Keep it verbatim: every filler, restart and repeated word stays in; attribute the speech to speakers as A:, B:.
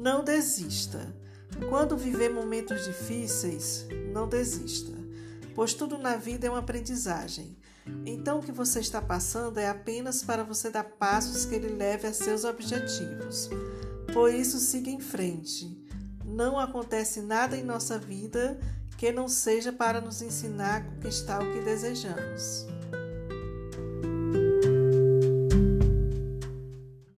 A: Não desista. Quando viver momentos difíceis, não desista, pois tudo na vida é uma aprendizagem. Então o que você está passando é apenas para você dar passos que lhe leve a seus objetivos. Por isso, siga em frente. Não acontece nada em nossa vida que não seja para nos ensinar a conquistar o que desejamos.